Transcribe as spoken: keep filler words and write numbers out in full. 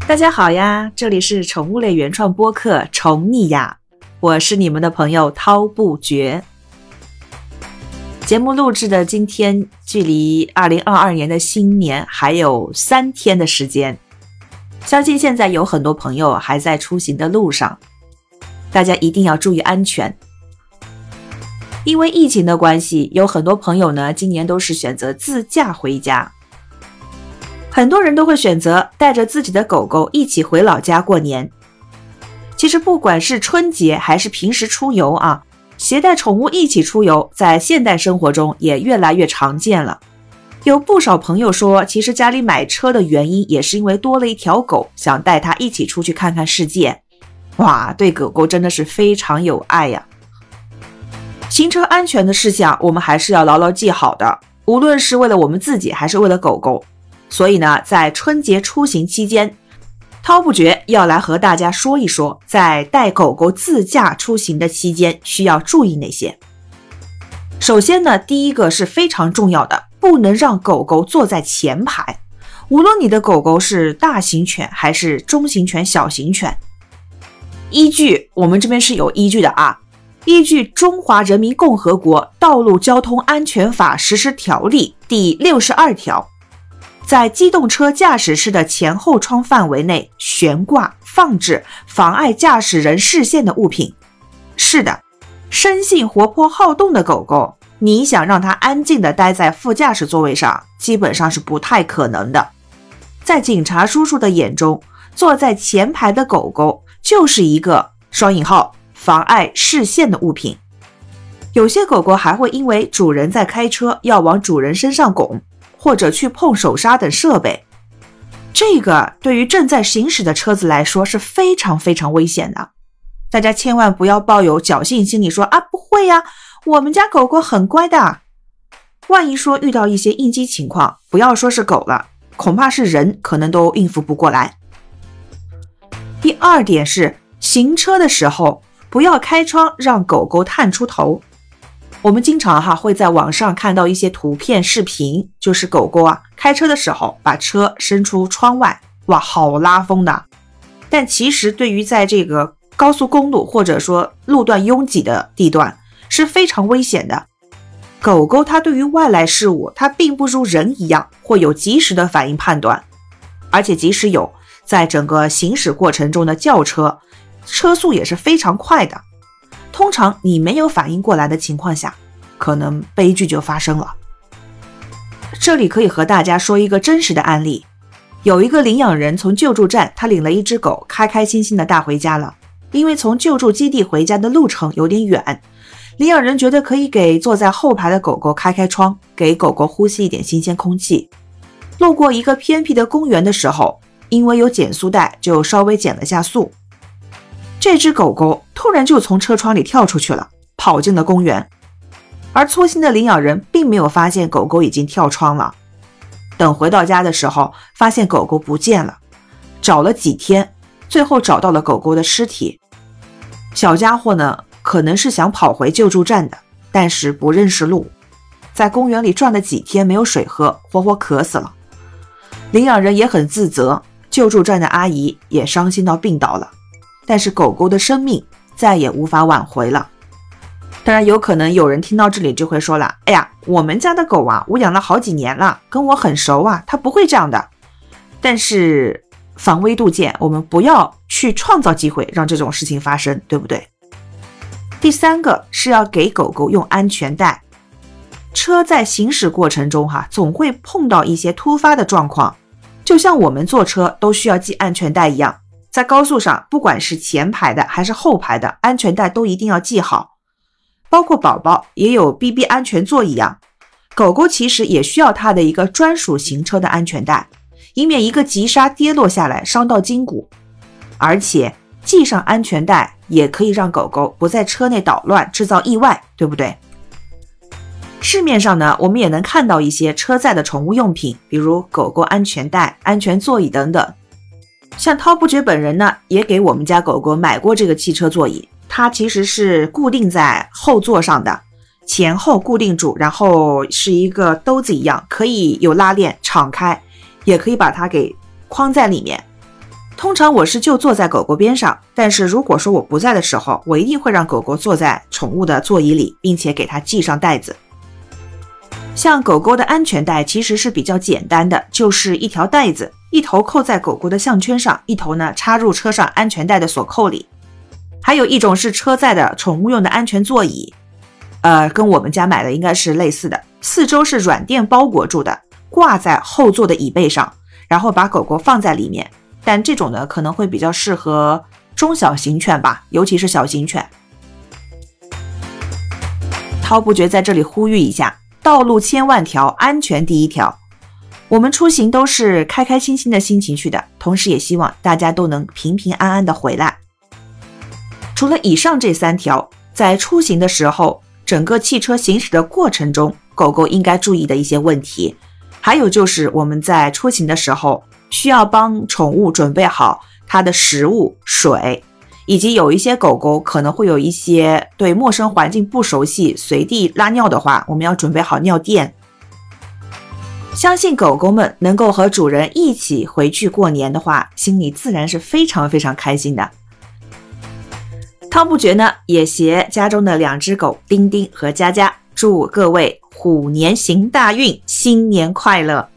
大家好呀，这里是宠物类原创播客宠你呀，我是你们的朋友涛不绝。节目录制的今天距离二零二二年的新年还有三天的时间，相信现在有很多朋友还在出行的路上，大家一定要注意安全。因为疫情的关系，有很多朋友呢今年都是选择自驾回家，很多人都会选择带着自己的狗狗一起回老家过年。其实不管是春节还是平时出游啊，携带宠物一起出游在现代生活中也越来越常见了。有不少朋友说，其实家里买车的原因也是因为多了一条狗，想带它一起出去看看世界。哇，对狗狗真的是非常有爱呀。行车安全的事项我们还是要牢牢记好的，无论是为了我们自己还是为了狗狗。所以呢，在春节出行期间，涛不绝要来和大家说一说，在带狗狗自驾出行的期间需要注意哪些。首先呢，第一个是非常重要的，不能让狗狗坐在前排，无论你的狗狗是大型犬还是中型犬、小型犬。依据我们这边是有依据的啊，依据《中华人民共和国道路交通安全法实施条例》第六十二条，在机动车驾驶室的前后窗范围内悬挂、放置妨碍驾驶人视线的物品。是的，生性活泼好动的狗狗，你想让它安静地待在副驾驶座位上，基本上是不太可能的。在警察叔叔的眼中，坐在前排的狗狗就是一个双引号妨碍视线的物品。有些狗狗还会因为主人在开车要往主人身上拱，或者去碰手刹等设备，这个对于正在行驶的车子来说是非常非常危险的。大家千万不要抱有侥幸心理说啊，不会呀，我们家狗狗很乖的。万一说遇到一些应激情况，不要说是狗了，恐怕是人可能都应付不过来。第二点是，行车的时候不要开窗让狗狗探出头。我们经常哈会在网上看到一些图片视频，就是狗狗啊开车的时候把车伸出窗外，哇，好拉风的。但其实对于在这个高速公路或者说路段拥挤的地段是非常危险的。狗狗它对于外来事物，它并不如人一样会有及时的反应判断，而且即使有，在整个行驶过程中的轿车，车速也是非常快的。通常你没有反应过来的情况下，可能悲剧就发生了。这里可以和大家说一个真实的案例，有一个领养人从救助站，他领了一只狗，开开心心的带回家了。因为从救助基地回家的路程有点远，领养人觉得可以给坐在后排的狗狗开开窗，给狗狗呼吸一点新鲜空气。路过一个偏僻的公园的时候，因为有减速带，就稍微减了下速。这只狗狗突然就从车窗里跳出去了，跑进了公园。而粗心的领养人并没有发现狗狗已经跳窗了。等回到家的时候，发现狗狗不见了，找了几天，最后找到了狗狗的尸体。小家伙呢，可能是想跑回救助站的，但是不认识路，在公园里转了几天没有水喝，活活渴死了。领养人也很自责，救助站的阿姨也伤心到病倒了。但是狗狗的生命再也无法挽回了。当然有可能有人听到这里就会说了，哎呀，我们家的狗啊，我养了好几年了，跟我很熟啊，它不会这样的。但是防微杜渐，我们不要去创造机会让这种事情发生，对不对？第三个是要给狗狗用安全带。车在行驶过程中哈，总会碰到一些突发的状况，就像我们坐车都需要系安全带一样。在高速上，不管是前排的还是后排的，安全带都一定要系好。包括宝宝也有 B B 安全座一样，狗狗其实也需要它的一个专属行车的安全带，以免一个急刹跌落下来伤到筋骨。而且系上安全带也可以让狗狗不在车内捣乱，制造意外，对不对？市面上呢，我们也能看到一些车载的宠物用品，比如狗狗安全带、安全座椅等等。像涛不绝本人呢，也给我们家狗狗买过这个汽车座椅，它其实是固定在后座上的，前后固定住，然后是一个兜子一样，可以有拉链敞开，也可以把它给框在里面。 通常我是就坐在狗狗边上，但是如果说我不在的时候，我一定会让狗狗坐在宠物的座椅里，并且给它系上带子。像狗狗的安全带其实是比较简单的，就是一条带子，一头扣在狗狗的项圈上，一头呢插入车上安全带的锁扣里。还有一种是车载的宠物用的安全座椅，呃，跟我们家买的应该是类似的，四周是软垫包裹住的，挂在后座的椅背上，然后把狗狗放在里面。但这种呢可能会比较适合中小型犬吧，尤其是小型犬。滔不绝在这里呼吁一下，道路千万条，安全第一条。我们出行都是开开心心的心情去的，同时也希望大家都能平平安安的回来。除了以上这三条，在出行的时候，整个汽车行驶的过程中，狗狗应该注意的一些问题，还有就是我们在出行的时候需要帮宠物准备好它的食物、水，以及有一些狗狗可能会有一些对陌生环境不熟悉，随地拉尿的话，我们要准备好尿垫。相信狗狗们能够和主人一起回去过年的话，心里自然是非常非常开心的。滔不绝呢，也携家中的两只狗丁丁和佳佳，祝各位虎年行大运，新年快乐。